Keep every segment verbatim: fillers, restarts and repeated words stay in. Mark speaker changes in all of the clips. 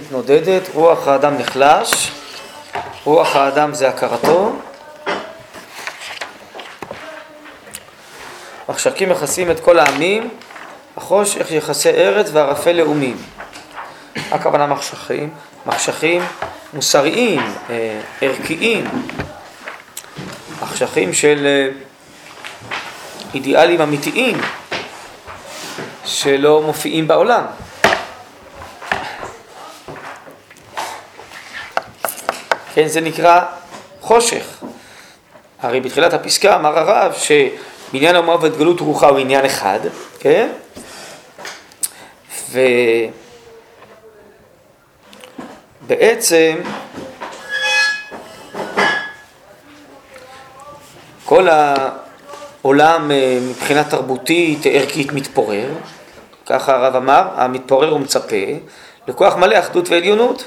Speaker 1: מתנודדת, רוח האדם נחלש, רוח האדם זה הכרתו. מחשכים מכסים את כל העמים, החושך יחסי ארץ והערפל לאומים. הכוונה מחשכים, מחשכים מוסריים, ערכיים, מחשכים של אידיאלים אמיתיים שלא מופיעים בעולם. כן, זה נקרא חושך. הרי בתחילת הפסקה אמר הרב שבעניין האומה והתגלות רוחה הוא עניין אחד, כן? ובעצם כל העולם מבחינה תרבותית, ערכית מתפורר, ככה הרב אמר, המתפורר ומצפה לכוח מלא אחדות ועליונות.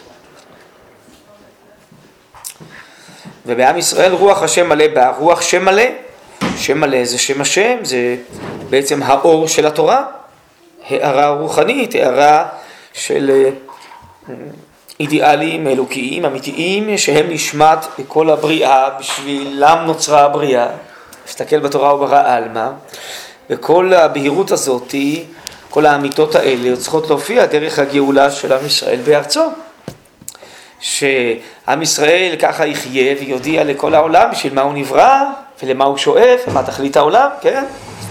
Speaker 1: ובעם ישראל רוח השם מלא בה, רוח שם מלא, שם מלא זה שם השם, זה בעצם האור של התורה, הערה רוחנית, הערה של אידיאלים אלוקיים, אמיתיים, שהם נשמת כל הבריאה, בשבילם נוצרה הבריאה. תסתכל בתורה וברא אלמה, וכל הבהירות הזאת, כל האמיתות האלה צריכות להופיע דרך הגאולה של עם ישראל בארצו. שעם ישראל ככה יחיה ויודיע לכל העולם בשביל מה הוא נברא ולמה הוא שואף, מה תכלית העולם, כן?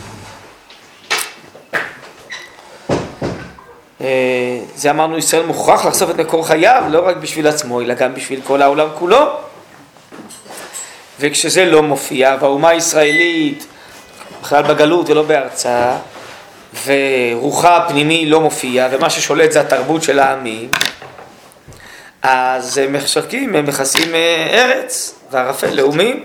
Speaker 1: זה אמרנו, ישראל מוכרח לחשוף את מקור חייו, לא רק בשביל עצמו, אלא גם בשביל כל העולם כולו. וכשזה לא מופיע, והאומה הישראלית בכלל בגלות ולא בארצה, ורוחה הפנימי לא מופיע, ומה ששולט זה התרבות של העמים, אז הם מחשקים, הם מכסים ארץ וערפל לאומים.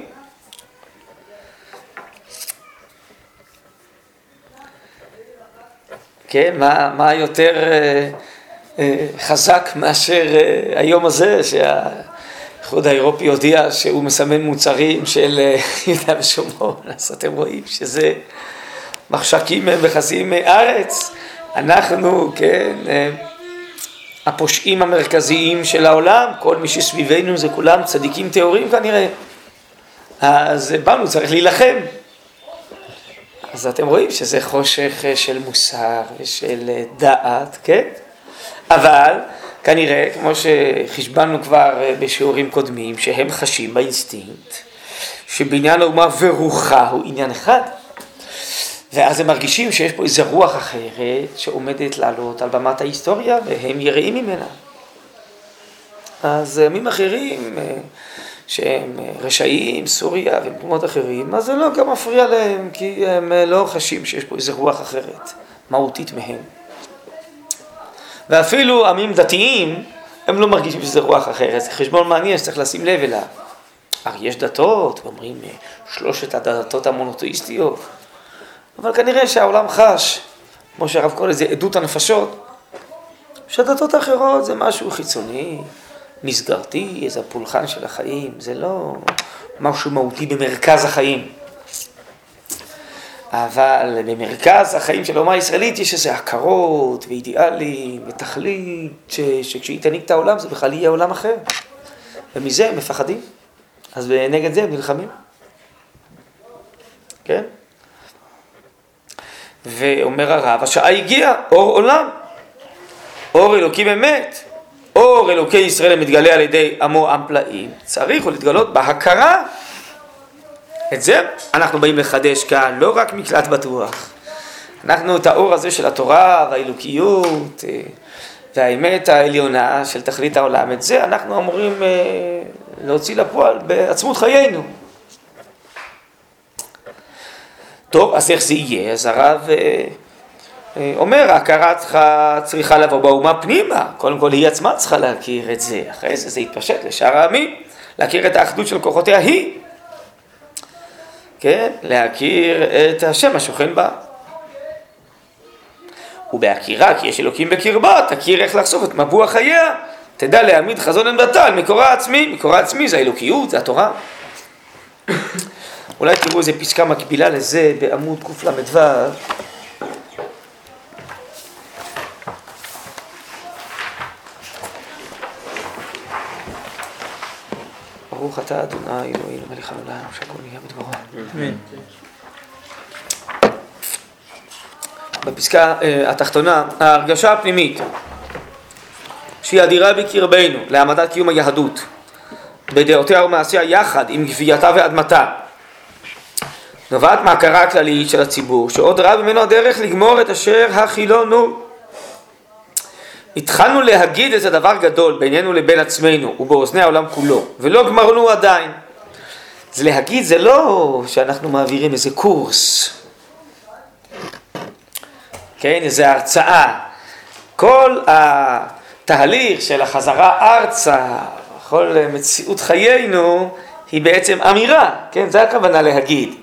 Speaker 1: כן, מה, מה יותר אה, אה, חזק מאשר אה, היום הזה שהאיחוד האירופי הודיע שהוא מסמן מוצרים של אה, יהודה ושומרון. אז אתם רואים שזה מחשקים מכסים ארץ. אנחנו, כן, אה, הפושעים המרכזיים של העולם, כל מי שסביבנו זה כולם צדיקים טהורים כנראה. אז באנו, צריך להילחם. אז אתם רואים שזה חושך של מוסר ושל דעת, כן? אבל כנראה, כמו שחשבנו כבר בשיעורים קודמים, שהם חשים באינסטינקט, שבעניין האומה ורוחה הוא עניין אחד, ואז הם מרגישים שיש פה איזו רוח אחרת שעומדת לעלות על במת ההיסטוריה, והם יראים ממנה. אז ימים אחרים שהם רשעים, סוריה ומקומות אחרים, אז זה לא גם מפריע להם, כי הם לא חשים שיש פה איזו רוח אחרת, מהותית מהם. ואפילו עמים דתיים, הם לא מרגישים שזה רוח אחרת, זה חשבון מעניין שצריך לשים לב אליו. הרי יש דתות, אומרים שלושת הדתות המונותאיסטיות, אבל כנראה שהעולם חש, כמו שהרב קורא לזה עדות הנפשות, שהדתות האחרות זה משהו חיצוני, מסגרתי, איזה פולחן של החיים, זה לא משהו מהותי במרכז החיים. אבל במרכז החיים של האומה הישראלית יש איזה הכרות ואידיאלים ותכלית, ש... שכשהיא תנהיג את העולם זה בכלל יהיה עולם אחר. ומזה הם מפחדים. אז נגד זה הם נלחמים. כן? ואומר הרב, השעה הגיעה, אור עולם, אור אלוקי באמת, אור אלוקי ישראל המתגלה על ידי עמו עם פלאים, צריך להתגלות בהכרה. את זה אנחנו באים לחדש כאן, לא רק מקלט בטוח. אנחנו את האור הזה של התורה והאלוקיות והאמת העליונה של תכלית העולם, את זה אנחנו אמורים להוציא לפועל בעצמות חיינו. טוב, אז איך זה יהיה? אז הרב אומר, ההכרה צריכה, צריכה לבוא באומה פנימה. קודם כל היא עצמה צריכה להכיר את זה. אחרי זה זה יתפשט לשאר העמים. להכיר את האחדות של כוחותיה היא. כן? להכיר את השם השוכן בה. ובהכירה, כי יש אלוקים בקרבה, תכיר איך לחשוף את מבוע חייה. תדע להעמיד חזון עמדתה על מקורה עצמי. מקורה עצמי זה האלוקיות, זה התורה. אולי תראו איזה פסקה מקבילה לזה בעמוד קל"ו. ברוך אתה אדוני אלוהינו מלך העולם שהכל נהיה בדברו.
Speaker 2: אמן.
Speaker 1: בפסקה התחתונה, ההרגשה הפנימית שהיא אדירה בקרבנו להעמדת קיום היהדות בדעותיה ומעשיה יחד עם גבייתה ואדמתה נובעת מההכרה הכללית של הציבור שעוד רב ממנו הדרך לגמור את אשר הכילונו. התחלנו להגיד איזה דבר גדול בינינו לבין עצמנו ובאוזני העולם כולו ולא גמרנו עדיין. זה להגיד, זה לא שאנחנו מעבירים איזה קורס, כן, איזה הרצאה. כל התהליך של החזרה ארצה, כל מציאות חיינו היא בעצם אמירה, כן, זה הכוונה להגיד.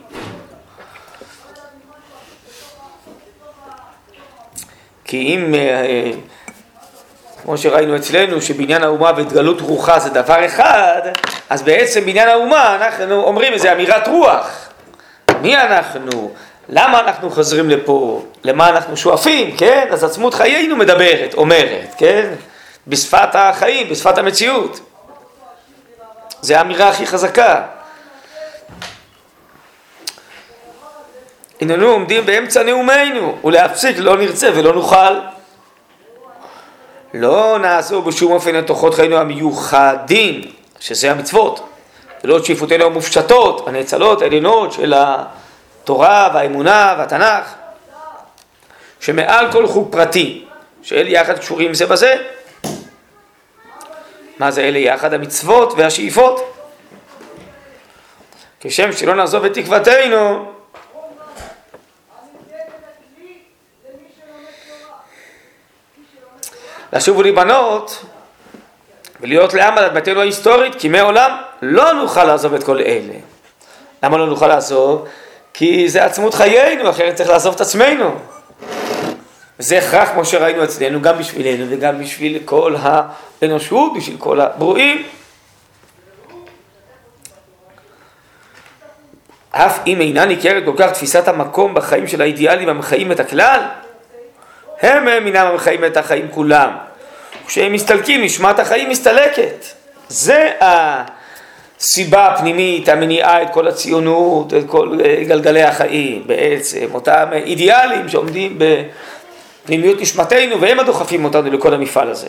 Speaker 1: כי אם כמו שראינו אצלנו שבעניין האומה והתגלות רוחה זה דבר אחד, אז בעצם בעניין האומה אנחנו אומרים איזה אמירת רוח. מי אנחנו? למה אנחנו חוזרים לפה? למה אנחנו שואפים? כן? אז עצמות חיינו מדברת, אומרת, כן? בשפת החיים, בשפת המציאות. זה האמירה הכי חזקה. איננו עומדים באמצע נאומנו, ולהפסיק לא נרצה ולא נוכל. לא נעשו בשום אופן את תוחות חיינו המיוחדים, שזה המצוות, ולא שאיפותינו המופשטות, הנאצלות, העליונות של התורה והאמונה והתנ"ך, שמעל כל חוג פרטי, שאלה יחד קשורים זה בזה. מה זה אלה יחד? המצוות והשאיפות. כשם שלא נעזוב את תקוותנו, לשוב ולהיבנות ולהיות לעם על אדמתנו ההיסטורית, כי מעולם לא נוכל לעזוב את כל אלה. למה לא נוכל לעזוב? כי זה עצמות חיינו, אחרת צריך לעזוב את עצמנו. וזה הכרח כמו שראינו אצלנו, גם בשבילנו וגם בשביל כל האנושות, בשביל כל הברואים. אף אם אינה ניכרת כל כך תפיסת המקום בחיים של האידיאלים המחיים את הכלל, הם הם אינם המחיים את החיים כולם. כשהם מסתלקים, נשמת החיים מסתלקת. זה הסיבה הפנימית, המניעה את כל הציונות, את כל גלגלי החיים בעצם. אותם אידיאלים שעומדים בפנימיות נשמתנו, והם הדוחפים אותנו לכל המפעל הזה.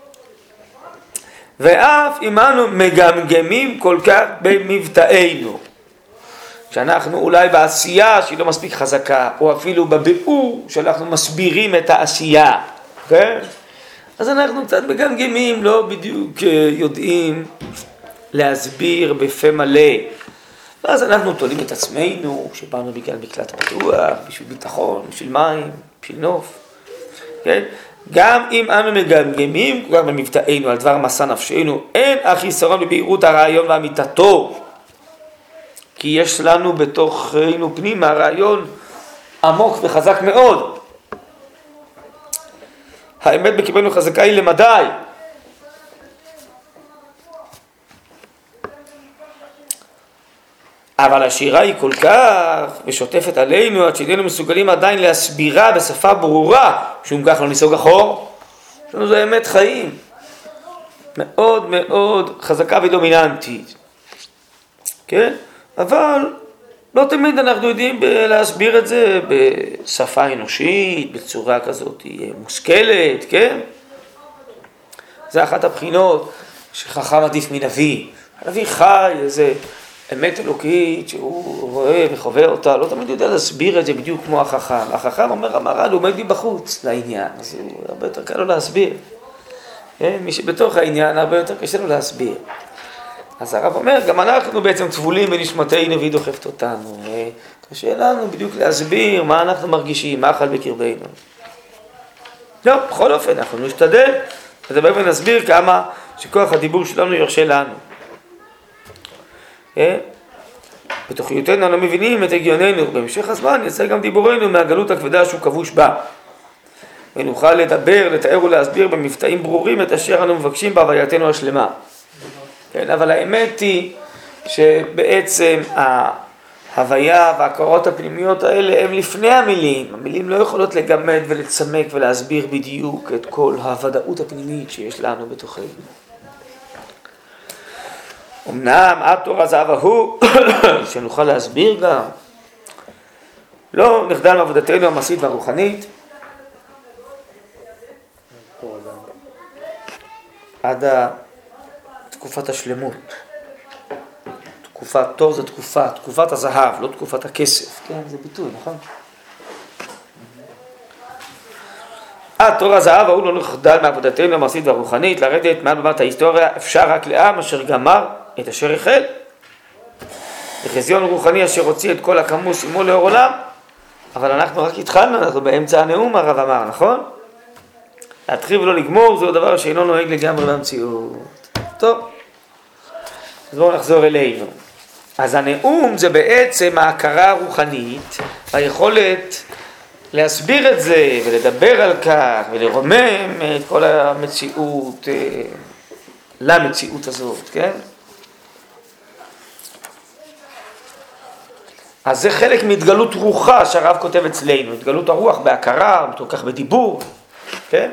Speaker 1: ואף אם אנו מגמגמים כל כך במבטאינו, שאנחנו אולי בעשייה שהיא לא מספיק חזקה, או אפילו בביאור שאנחנו מסבירים את העשייה, כן? אז אנחנו קצת מגמגמים, לא בדיוק יודעים להסביר בפה מלא. ואז אנחנו תולים את עצמנו, שבאנו בגלל מקלט פתוח, בשביל ביטחון, בשביל מים, בשביל נוף, כן? גם אם אנו מגמגמים כבר במבטאינו על דבר מסע נפשנו, אין החיסרון בבהירות הרעיון ואמיתתו. כי יש לנו בתוכנו פנימה רעיון עמוק וחזק מאוד. האמת בקרבנו חזקה היא למדי. אבל השירה היא כל כך ושוטפת עלינו עד שאיננו מסוגלים עדיין להסבירה בשפה ברורה, שום כך לא ניסוג אחור. יש לנו זו אמת חיים מאוד מאוד חזקה ודומיננטית. כן? אבל לא תמיד אנחנו יודעים להסביר את זה בשפה אנושית, בצורה כזאת מושכלת, כן? זה אחת הבחינות שחכם עדיף מנביא. הנביא חי איזה אמת אלוקית שהוא רואה וחווה אותה, לא תמיד יודע להסביר את זה בדיוק כמו החכם. החכם אומר, המר"ל עומד לי בחוץ לעניין, אז הוא הרבה יותר קל לו להסביר. כן? מי שבתוך העניין הרבה יותר קשה לו להסביר. אז הרב אומר, גם אנחנו בעצם טבולים בנשמתנו והיא דוחפת אותנו. קשה לנו בדיוק להסביר מה אנחנו מרגישים, מה חל בקרבנו. לא, בכל אופן, אנחנו נשתדל לדבר ונסביר כמה שכוח הדיבור שלנו ירשה לנו. בתוכיותינו אנו מבינים את הגיוננו, בהמשך הזמן יצא גם דיבורנו מהגלות הכבדה שהוא כבוש בה. ונוכל לדבר, לתאר ולהסביר במבטאים ברורים את אשר אנו מבקשים בהווייתנו השלמה. כן, אבל האמת היא שבעצם ההוויה וההכרות הפנימיות האלה הם לפני המילים. המילים לא יכולות לגמד ולצמק ולהסביר בדיוק את כל הוודאות הפנימית שיש לנו בתוכנו. אמנם התור הזהב ההוא, שנוכל להסביר גם, לא נחדל מעבודתנו המעשית והרוחנית, עד תקופת השלמות. תקופת תור זה תקופה, תקופת הזהב, לא תקופת הכסף. כן, זה ביטוי, נכון? התור הזהב ההוא לא נחדל מעבודתנו המעשית והרוחנית, לרדת מעל במת ההיסטוריה אפשר רק לעם אשר גמר את אשר החל. לחזיון רוחני אשר הוציא את כל הכמוס עמו לאור עולם, אבל אנחנו רק התחלנו, אנחנו באמצע הנאום הרב אמר, נכון? להתחיל ולא לגמור זהו דבר שאינו נוהג לגמרי במציאות. טוב, אז בואו נחזור אלינו. אז הנאום זה בעצם ההכרה הרוחנית, היכולת להסביר את זה ולדבר על כך ולרומם את כל המציאות למציאות הזאת, כן? אז זה חלק מהתגלות רוחה שהרב כותב אצלנו, התגלות הרוח בהכרה, מתוקח בדיבור, כן?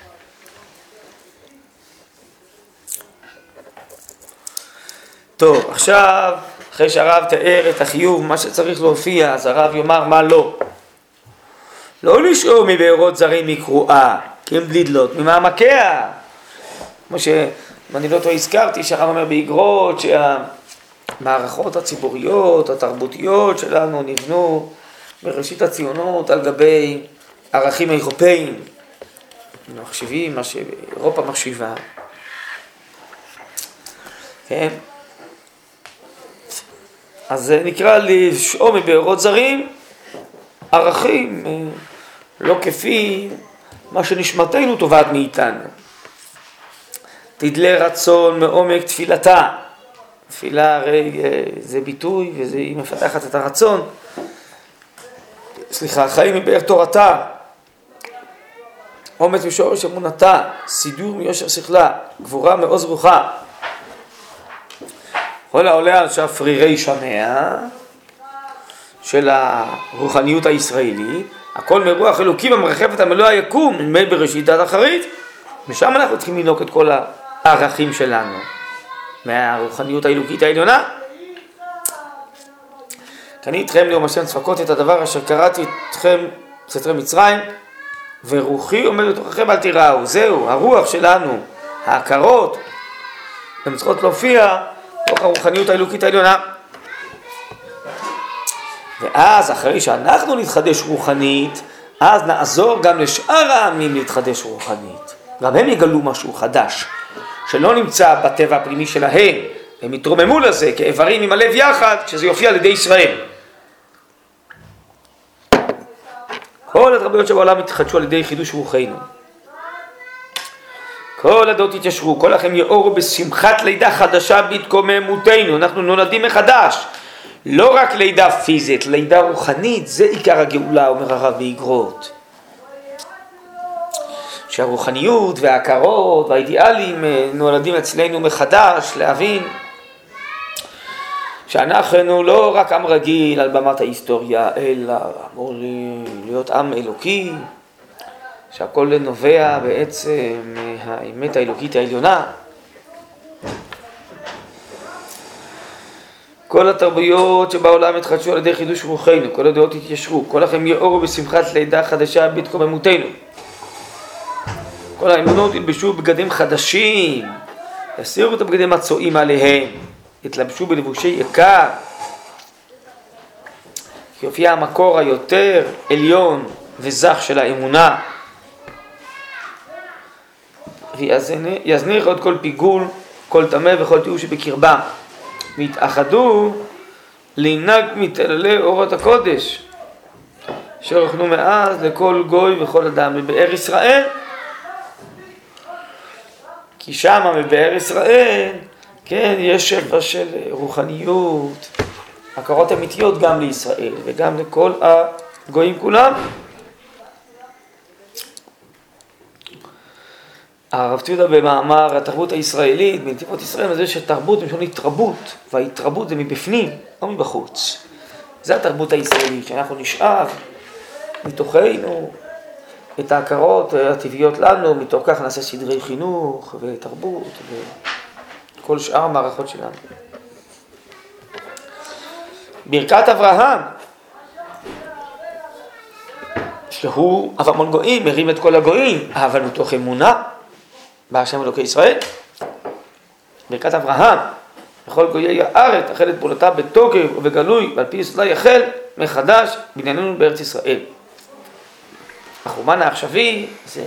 Speaker 1: טוב, עכשיו, אחרי שהרב תיאר את החיוב, מה שצריך להופיע, אז הרב יאמר מה לא. לא לשאוב מבארות זרים מקרואה, כי הם בלידלות ממעמקיה. כמו שאני לא טועה הזכרתי, שהרב אומר באגרות שהמערכות הציבוריות, התרבותיות שלנו נבנו בראשית הציונות על גבי ערכים אירופאיים. מחשיבים מה שאירופה מחשיבה. כן? אז זה נקרא לשאוב מבארות זרים ערכים לא כפי מה שנשמתנו תובעת מאיתנו. תדלה רצון מעומק תפילתה. תפילה הרי זה ביטוי והיא מפתחת את הרצון. סליחה, חיים מבאר תורתה. אומץ משורש אמונתה, סידור מיושר שכלה, גבורה מעוז רוחה. כל העולה על שפרירי שמע של הרוחניות הישראלית, הכל מרוח אלוקים המרחבת המלוא היקום, נדמה בראשית עד אחרית, ושם אנחנו צריכים לנוק את כל הערכים שלנו, מהרוחניות האלוקית העליונה. כי אני איתכם ליום השם צפקות את הדבר אשר קראתי אתכם בסתרי מצרים, ורוחי עומד בתוככם אל תיראו. זהו, הרוח שלנו, ההכרות, הן צריכות להופיע תוך הרוחניות האלוקית העליונה. ואז אחרי שאנחנו נתחדש רוחנית, אז נעזור גם לשאר העמים להתחדש רוחנית. גם הם יגלו משהו חדש, שלא נמצא בטבע הפנימי שלהם. הם יתרוממו לזה כאיברים עם הלב יחד, כשזה יופיע על ידי ישראל. כל התרבויות שבעולם יתחדשו על ידי חידוש רוחנו. כל הדעות יתיישרו, כל לכם יאורו בשמחת לידה חדשה בהתקוממותנו. אנחנו נולדים מחדש. לא רק לידה פיזית, לידה רוחנית, זה עיקר הגאולה, אומר הרב באגרות. שהרוחניות וההכרות והאידיאלים נולדים אצלנו מחדש, להבין שאנחנו לא רק עם רגיל על במת ההיסטוריה, אלא אמור להיות עם אלוקי, שהכל נובע בעצם מהאמת האלוקית העליונה. כל התרבויות שבעולם התחדשו על ידי חידוש רוחנו, כל הדעות התיישרו, כל לכם יאורו בשמחת לידה חדשה בהתקוממותנו. כל האמונות ילבשו בגדים חדשים, יסירו את הבגדים הצועים עליהם, יתלבשו בלבושי יקר, כי יופיע המקור היותר עליון וזך של האמונה. ויזניח עוד כל פיגול, כל טמא וכל תיאור שבקרבם, והתאחדו להנהג מתעללי אורות הקודש, שרחנו מאז לכל גוי וכל אדם מבאר ישראל. כי שם מבאר ישראל, כן, יש שפע של רוחניות, הכרות אמיתיות גם לישראל וגם לכל הגויים כולם. הרב ציודה במאמר התרבות הישראלית, בנתיבות ישראל, זה שתרבות משון התרבות, וההתרבות זה מבפנים, לא מבחוץ. זה התרבות הישראלית, שאנחנו נשאב מתוכנו את ההכרות הטבעיות לנו, מתוך כך נעשה סדרי חינוך ותרבות כל שאר המערכות שלנו. ברכת אברהם, שהוא אב המון גויים, מרים את כל הגויים, אבל מתוך אמונה בהשם אלוקי ישראל. ברכת אברהם, לכל גויי הארץ, תחל את פעולתה בתוקף ובגלוי, ועל פי יסודה יחל מחדש בנייננו בארץ ישראל. החורבן העכשווי, זה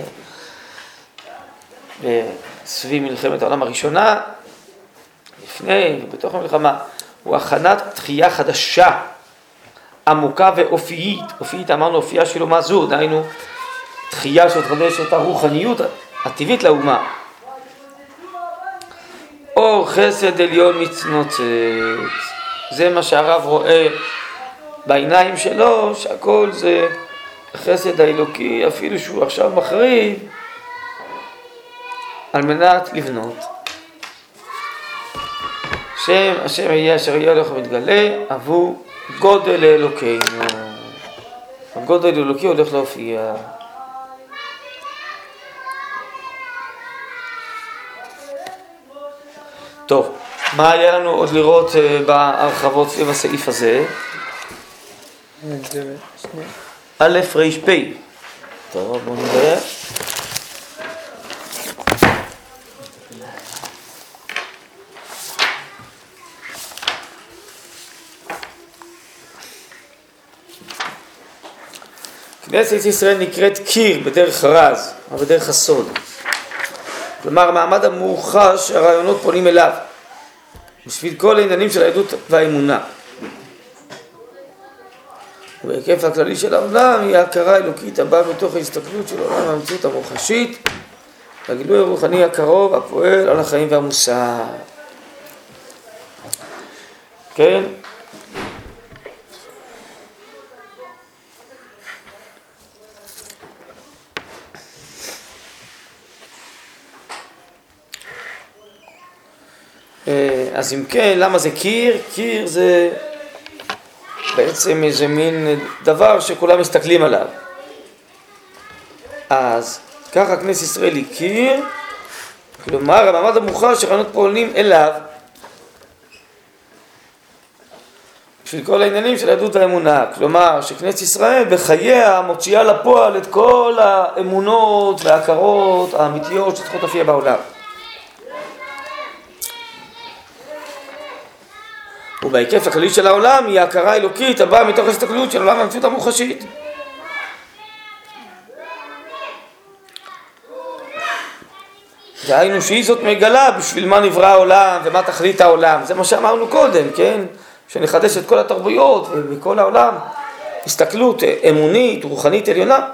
Speaker 1: סביב מלחמת העולם הראשונה, לפני ובתוך המלחמה, הוא הכנת תחייה חדשה, עמוקה ואופיית. אופיית אמרנו אופייה של אומה זו, דהיינו תחייה שתחדש את הרוחניות הטבעית לאומה. אור חסד עליון מצנוצץ, זה מה שהרב רואה בעיניים שלו, שהכל זה החסד האלוקי, אפילו שהוא עכשיו מחריב, על מנת לבנות. שם השם יהיה אשר יהיה הולך ומתגלה עבור גודל אלוקינו. הגודל אלוקי הולך להופיע. טוב, מה היה לנו עוד לראות בהרחבות סביב הסעיף הזה? א' ר' פ'. טוב, בואו נראה. כנסת ישראל נקראת קיר בדרך רז, או בדרך הסוד. כלומר, המעמד המאוחר שהרעיונות פונים אליו, בשביל כל העניינים של היהדות והאמונה. ובהיקף הכללי של העולם היא ההכרה האלוקית הבאה בתוך ההסתכלות של העולם והמציאות המוחשית, והגילוי הרוחני הקרוב הפועל על החיים והמוסר. כן? אז אם כן, למה זה קיר? קיר זה בעצם איזה מין דבר שכולם מסתכלים עליו. אז ככה כנסת ישראל היא קיר, כלומר המעמד המאוחר שרעיונות פועלים אליו בשביל כל העניינים של היהדות והאמונה. כלומר שכנסת ישראל בחייה מוציאה לפועל את כל האמונות וההכרות האמיתיות שצריכות להופיע בעולם. ובהיקף הכללי של העולם היא ההכרה האלוקית הבאה מתוך ההסתכלות של עולם המציאות המוחשית. דהיינו שהיא זאת מגלה בשביל מה נברא העולם ומה תכלית העולם. זה מה שאמרנו קודם, כן? שנחדש את כל התרבויות ובכל העולם הסתכלות אמונית, רוחנית עליונה.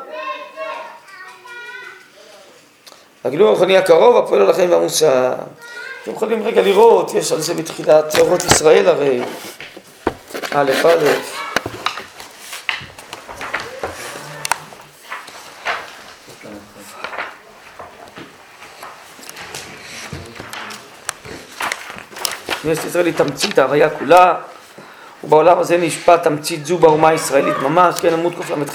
Speaker 1: הגילוי הרוחני הקרוב הפועל על החיים והמוסר. אתם יכולים רגע לראות, יש על זה בתחילת אורות ישראל הרי, א' א'. כנסת ישראל היא תמצית ההוויה כולה, ובעולם הזה נשפט תמצית זו באומה הישראלית ממש, כן, עמוד קל"ח.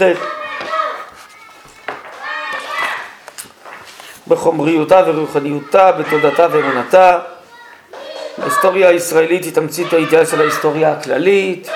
Speaker 1: בחומריותה ורוחניותה, בתודעתה ואמונתה. ההיסטוריה הישראלית היא תמצית האידיאל של ההיסטוריה הכללית.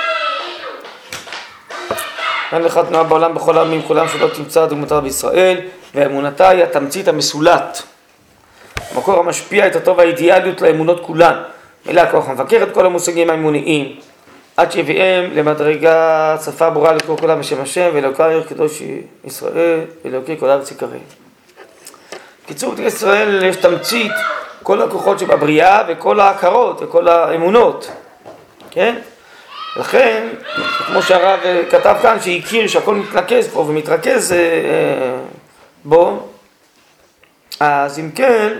Speaker 1: אין לך תנועה בעולם בכל העמים כולם שלא תמצא דוגמתה בישראל, ואמונתה היא התמצית המסולט, המקור המשפיע את הטוב והאידיאליות לאמונות כולן. מילה הכוח המבקר את כל המושגים האמוניים, עד שיביאם למדרגה שפה ברורה לקרוא כולם בשם השם, ואלוקי עיר קדוש ישראל, ואלוקי כל הארץ יקרא. קיצור, בכנסת ישראל יש תמצית כל הכוחות שבבריאה וכל ההכרות וכל האמונות, כן? לכן, כמו שהרב כתב כאן, שהכיר שהכל מתנקז פה ומתרכז בו, אז אם כן,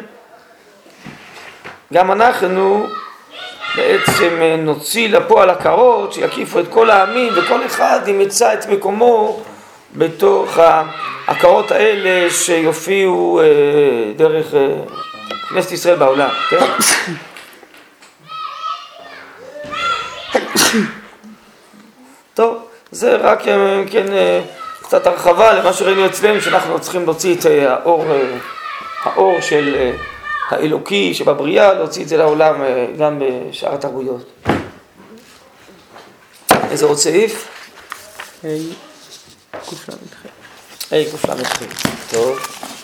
Speaker 1: גם אנחנו בעצם נוציא לפועל הכרות שיקיפו את כל העמים, וכל אחד ימצא את מקומו בתוך ההכרות האלה שיופיעו דרך כנסת ישראל בעולם, כן? טוב, זה רק כן קצת הרחבה למה שראינו אצלנו, שאנחנו צריכים להוציא את האור, האור של האלוקי שבבריאה, להוציא את זה לעולם גם בשאר התרבויות. איזה עוד סעיף?
Speaker 2: היי, קוף למתחיל.
Speaker 1: היי, קוף למתחיל. טוב.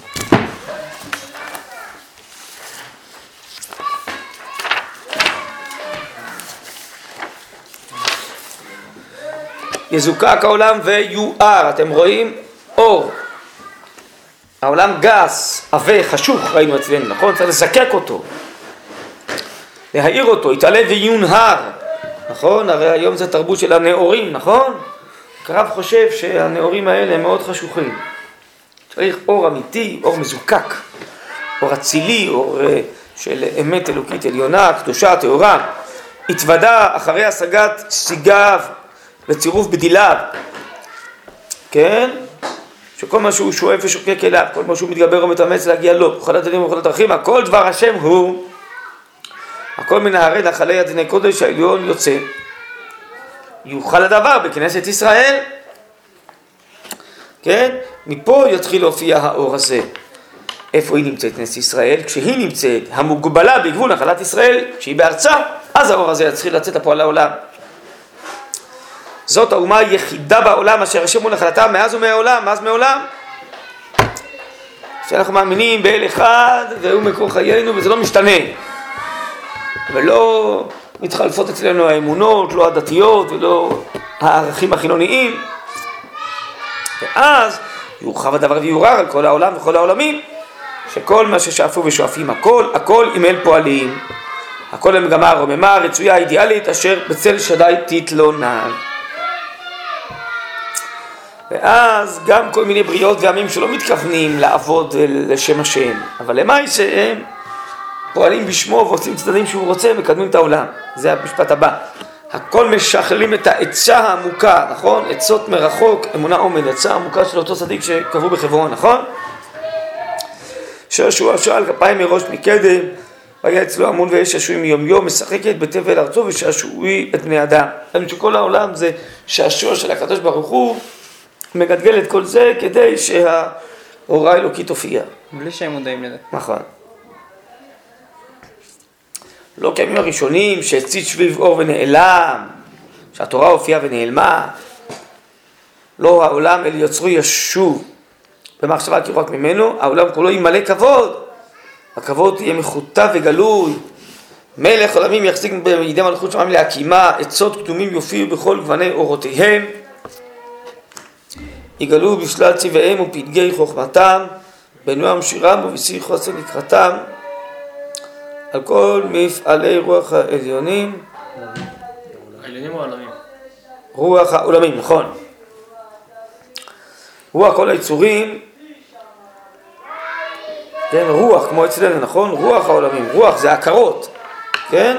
Speaker 1: יזוקק העולם ויואר, אתם רואים? אור. העולם גס, עבה, חשוך, ראינו אצלנו, נכון? צריך לזקק אותו, להאיר אותו, יתעלה ויונהר, נכון? הרי היום זה תרבות של הנאורים, נכון? הרב חושב שהנאורים האלה הם מאוד חשוכים. צריך אור אמיתי, אור מזוקק, אור אצילי, אור של אמת אלוקית עליונה, קדושה, טהורה. התוודע אחרי השגת שיגיו וצירוף בדיליו, כן? שכל מה שהוא שואף ושוקק אליו, כל מה שהוא מתגבר ומתאמץ להגיע לו, בכל הדברים ובכל הדרכים, הכל דבר השם הוא, הכל מנהרי נחלי אדני קודש העליון יוצא. יוכל הדבר בכנסת ישראל, כן? מפה יתחיל להופיע האור הזה. איפה היא נמצאת כנסת ישראל? כשהיא נמצאת המוגבלה בגבול נחלת ישראל, כשהיא בארצה, אז האור הזה יתחיל לצאת לפועל לעולם. זאת האומה היחידה בעולם אשר השם הוא נחלתה מאז ומעולם, מאז מעולם. שאנחנו מאמינים באל אחד והוא מקור חיינו וזה לא משתנה. ולא מתחלפות אצלנו האמונות, לא הדתיות ולא הערכים החילוניים. ואז יורחב הדבר ויורר על כל העולם וכל העולמים, שכל מה ששאפו ושואפים הכל, הכל עם אל פועלים. הכל למגמה רוממה, רצויה, אידיאלית, אשר בצל שדי תתלונן. ואז גם כל מיני בריאות ועמים שלא מתכוונים לעבוד לשם השם, אבל למה שהם פועלים בשמו ועושים צדדים שהוא רוצה, מקדמים את העולם. זה המשפט הבא. הכל משכללים את העצה העמוקה, נכון? עצות מרחוק, אמונה אומן, עצה עמוקה של אותו צדיק שקבעו בחברון, נכון? שעשוע שעל כפיים מראש מקדם, והיה אצלו המון ויש שעשועים מיום יום, משחקת בתבל ארצו ושעשועי את בני אדם. אני חושב שכל העולם זה שעשוע של הקדוש ברוך הוא, מגדגל את כל זה כדי שהאורה האלוקית תופיע.
Speaker 2: בלי שהם מודעים לזה.
Speaker 1: נכון. לא כימים הראשונים שהצית שביב אור ונעלם, שהתורה הופיעה ונעלמה, לא העולם אל יוצרו ישוב במחשבה כי רק ממנו, העולם כולו ימלא כבוד, הכבוד יהיה מחוטב וגלוי, מלך עולמים יחזיק בידי מלכות שמיים להקימה, עצות קדומים יופיעו בכל גווני אורותיהם, יגלו בשלל צבעיהם ופתגי חוכמתם, בנועם שירם ובשיא חוסר לקראתם, על כל מפעלי רוח העליונים.
Speaker 2: העליונים או העולמים?
Speaker 1: רוח העולמים, נכון. רוח כל היצורים, כן, רוח כמו אצלנו, נכון? רוח העולמים, רוח זה הכרות, כן?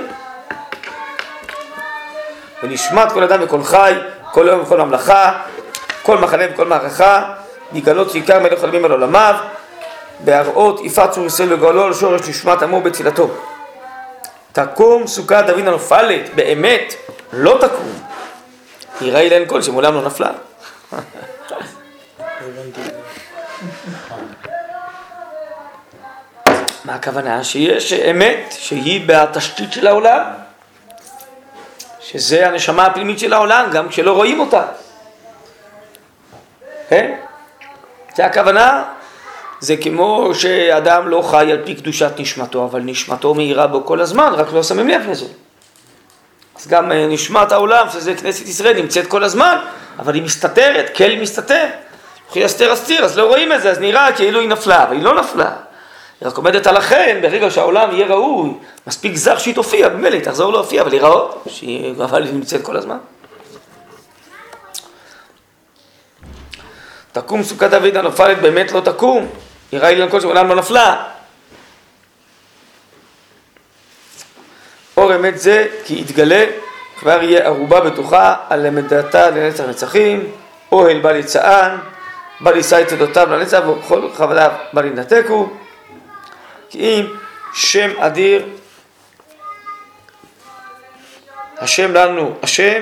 Speaker 1: ונשמט כל אדם וכל חי, כל יום וכל ממלכה, כל מחנה וכל מערכה, יגלות שעיקר מלך עולמים על עולמיו, בהראות יפת צור ישראל לגאולו לשורש נשמת עמו בתפילתו. תקום סוכת דוד הנופלת, באמת לא תקום. יראה אילן כל שמעולם לא נפלה. מה הכוונה? שיש אמת שהיא בתשתית של העולם, שזה הנשמה הפנימית של העולם, גם כשלא רואים אותה. כן? זה הכוונה. זה כמו שאדם לא חי על פי קדושת נשמתו, אבל נשמתו מהירה בו כל הזמן, רק לא שמים לב לזה. אז גם נשמת העולם, שזה כנסת ישראל, נמצאת כל הזמן, אבל היא מסתתרת, כל היא מסתתר. היא אסתר אסתיר, אז לא רואים את זה, אז נראה כאילו היא נפלה, אבל היא לא נפלה. היא רק עומדת על החן, ברגע שהעולם יהיה ראוי, מספיק זר שהיא תופיע, במילא היא תחזור להופיע, אבל היא ראות, שהיא, אבל היא נמצאת כל הזמן. תקום סוכת דוד הנופלת, באמת לא תקום. יראה אילן כל שמעולם לא נפלה. אור אמת זה כי יתגלה, כבר יהיה ערובה בטוחה על למדתה לנצח נצחים, אוהל בל יצען, בל יישא את צדותיו לנצח ובכל חבליו בל ינתקו, כי אם שם אדיר, השם לנו, השם,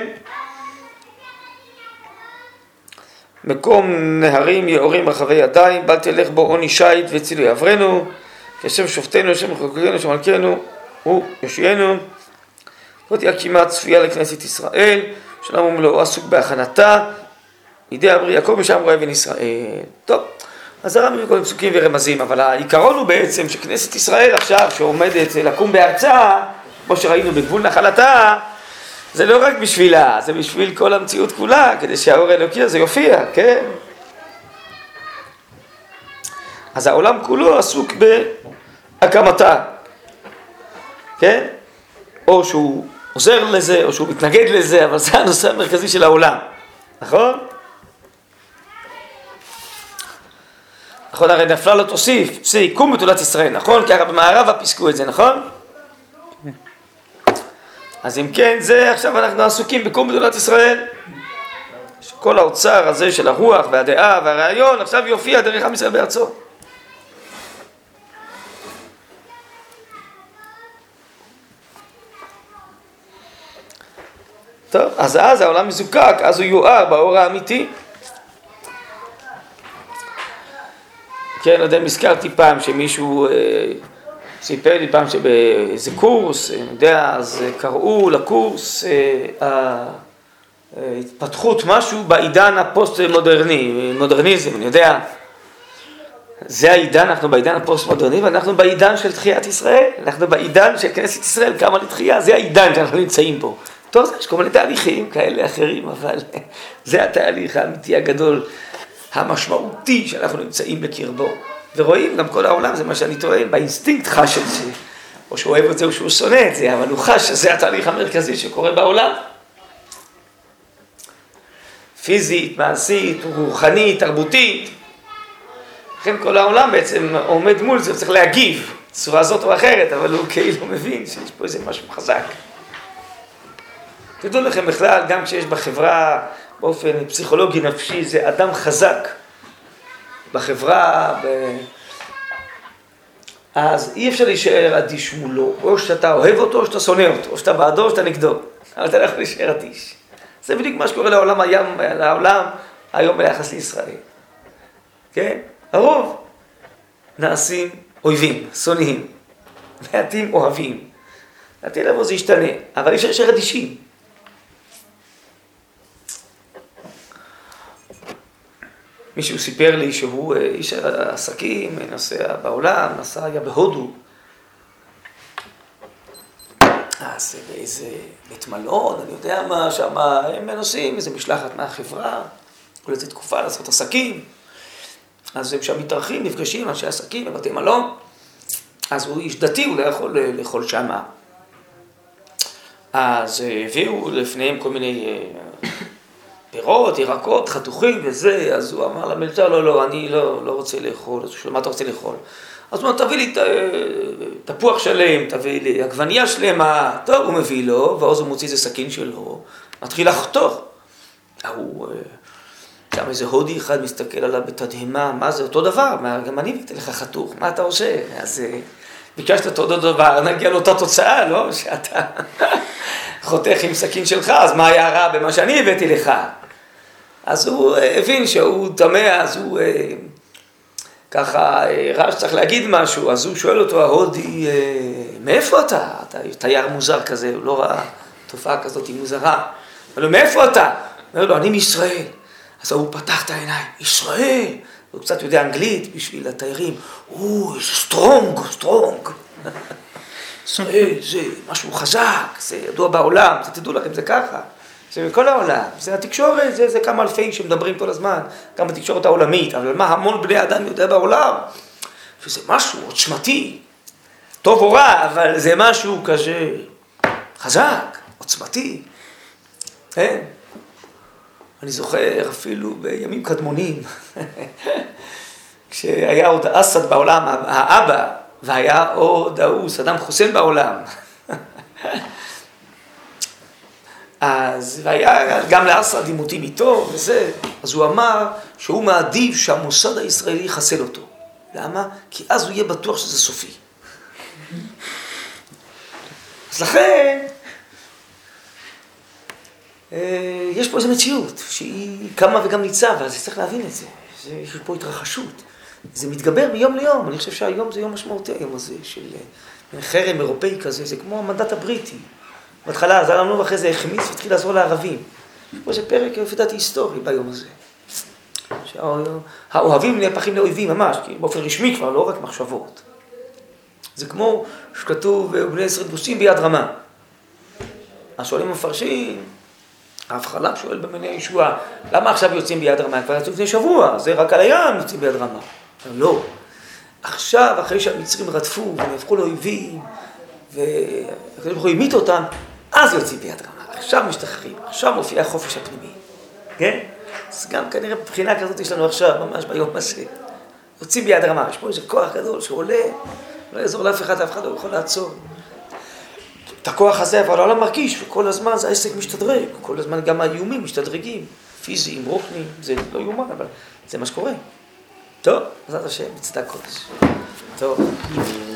Speaker 1: מקום נהרים יעורים רחבי ידיים, בל תלך בו עוני שייט וצילי עברנו, כי השם שופטנו, השם מחוקקנו, השם מלכנו, הוא יושיענו. זאת תהיה כמעט צפייה לכנסת ישראל, שלום ומלואו עסוק בהכנתה, ידי אברי יעקב משם רואה בן ישראל. טוב, אז זה רמי וכל פסוקים ורמזים, אבל העיקרון הוא בעצם שכנסת ישראל עכשיו שעומדת לקום בארצה, כמו שראינו בגבול נחלתה, זה לא רק בשבילה, זה בשביל כל המציאות כולה, כדי שהאור האלוקי הזה יופיע, כן? אז העולם כולו עסוק בהקמתה, כן? או שהוא עוזר לזה, או שהוא מתנגד לזה, אבל זה הנושא המרכזי של העולם, נכון? נכון, הרי נפלה לא תוסיף, זה יקום בתולת ישראל, נכון? כי הרי במערב הפסקו את זה, נכון? אז אם כן, זה עכשיו אנחנו עסוקים בקום בתולת ישראל. כל האוצר הזה של הרוח והדעה והרעיון, עכשיו יופיע דרך עם ישראל בארצו. טוב, אז אז העולם מזוקק, אז הוא יואר באור האמיתי. כן, לא יודע אם הזכרתי פעם שמישהו אה, סיפר לי פעם שבאיזה קורס, אני יודע, אז קראו לקורס אה, התפתחות משהו בעידן הפוסט-מודרני, מודרניזם, אני יודע. זה העידן, אנחנו בעידן הפוסט-מודרני, ואנחנו בעידן של תחיית ישראל, אנחנו בעידן של כנסת ישראל, כמה לתחייה, זה העידן שאנחנו נמצאים פה. טוב, יש כל מיני תהליכים כאלה אחרים, אבל זה התהליך האמיתי הגדול, המשמעותי שאנחנו נמצאים בקרבו. ורואים גם כל העולם, זה מה שאני טוען, באינסטינקט חש את זה, או שהוא אוהב את זה או שהוא שונא את זה, אבל הוא חש שזה התהליך המרכזי שקורה בעולם. פיזית, מעשית, רוחנית, תרבותית. לכן כל העולם בעצם עומד מול זה, צריך להגיב, צורה זאת או אחרת, אבל הוא כאילו מבין שיש פה איזה משהו חזק. תדעו לכם בכלל, גם כשיש בחברה, באופן פסיכולוגי נפשי, זה אדם חזק בחברה, ב... אז אי אפשר להישאר אדיש מולו, או שאתה אוהב אותו, או שאתה שונא אותו, או שאתה בעדו, או שאתה נגדו, אבל אתה לא יכול להישאר אדיש. זה בדיוק מה שקורה לעולם הים, לעולם היום ביחס לישראל. כן? הרוב נעשים אויבים, שונאים, מעטים אוהבים. לעתיד לבוא זה ישתנה, אבל אי אפשר להישאר אדישים. מישהו סיפר לי שהוא איש עסקים, נוסע בעולם, נסע, היה בהודו. אז באיזה בית מלון, אני יודע מה, שם הם נוסעים, איזה משלחת מהחברה, כל איזה תקופה לעשות עסקים. אז הם שם מתארחים, נפגשים, אנשי עסקים בבתי מלון. אז הוא איש דתי, הוא לא יכול לאכול שם. אז הביאו לפניהם כל מיני פירות, ירקות, חתוכים וזה, אז הוא אמר למלצר, לא, לא, אני לא, לא רוצה לאכול. אז הוא שואל, מה אתה רוצה לאכול? אז הוא אומר, תביא לי תפוח שלם, תביא לי עגבנייה שלמה. טוב, הוא מביא לו, ואז הוא מוציא איזה סכין שלו, מתחיל לחתוך. הוא, שם איזה הודי אחד מסתכל עליו בתדהמה, מה זה אותו דבר? גם אני הבאתי לך חתוך, מה אתה עושה? אז ביקשת אותו דבר, נגיע לאותה תוצאה, לא? שאתה חותך עם סכין שלך, אז מה היה רע במה שאני הבאתי לך? אז הוא הבין שהוא תמה, אז הוא ככה רע שצריך להגיד משהו, אז הוא שואל אותו, ההודי, מאיפה אתה? אתה תייר מוזר כזה, הוא לא ראה תופעה כזאת, היא מוזרה. אבל מאיפה אתה? הוא אומר לו, אני מישראל. אז הוא פתח את העיניים, ישראל. הוא קצת יודע אנגלית בשביל התיירים. או, זה סטרונג, סטרונג. ישראל, זה משהו חזק, זה ידוע בעולם, זה תדעו לכם, זה ככה. זה בכל העולם, זה התקשורת, זה, זה כמה אלפי שמדברים כל הזמן, גם בתקשורת העולמית, אבל מה המון בני אדם יודע בעולם? שזה משהו עוצמתי, טוב או רע, אבל זה משהו כזה חזק, עוצמתי. כן? אני זוכר אפילו בימים קדמונים, כשהיה עוד אסד בעולם, האבא, והיה עוד ההוא, סדאם חוסיין בעולם. אז, והיה גם לאסד עימותים איתו וזה, אז הוא אמר שהוא מעדיף שהמוסד הישראלי יחסל אותו. למה? כי אז הוא יהיה בטוח שזה סופי. אז לכן, יש פה איזו מציאות שהיא קמה וגם ניצבה, אז צריך להבין את זה. יש פה התרחשות. זה מתגבר מיום ליום, אני חושב שהיום זה יום משמעותי, היום הזה של חרם אירופאי כזה, זה כמו המנדט הבריטי. בהתחלה עזר לנו ואחרי זה החמיץ והתחיל לעזור לערבים. פה זה פרק, לפי דעתי, היסטורי ביום הזה. שהאוהבים נהפכים לאויבים ממש, כי באופן רשמי כבר, לא רק מחשבות. זה כמו שכתוב, בני עשרת גושים ביד רמה. השואלים המפרשים, הרב חלב שואל במעייני הישועה, למה עכשיו יוצאים ביד רמה? כבר יצאו לפני שבוע, זה רק על הים יוצאים ביד רמה. לא. עכשיו, אחרי שהמצרים רדפו ונהפכו לאויבים, והקדוש ברוך הוא המיט אותם, אז יוצאים ביד רמה. עכשיו משתחררים, עכשיו מופיע החופש הפנימי. כן? אז גם כנראה בבחינה כזאת יש לנו עכשיו, ממש ביום הזה. יוצאים ביד רמה, יש פה איזה כוח גדול שעולה, לא יעזור לאף אחד, אף אחד לא יכול לעצור. את הכוח הזה, אבל העולם מרגיש, וכל הזמן זה העסק משתדרג, כל הזמן גם האיומים משתדרגים, פיזיים, רוחניים, זה לא יאומן, אבל זה מה שקורה. טוב, בעזרת השם, בצדקה קודש. טוב.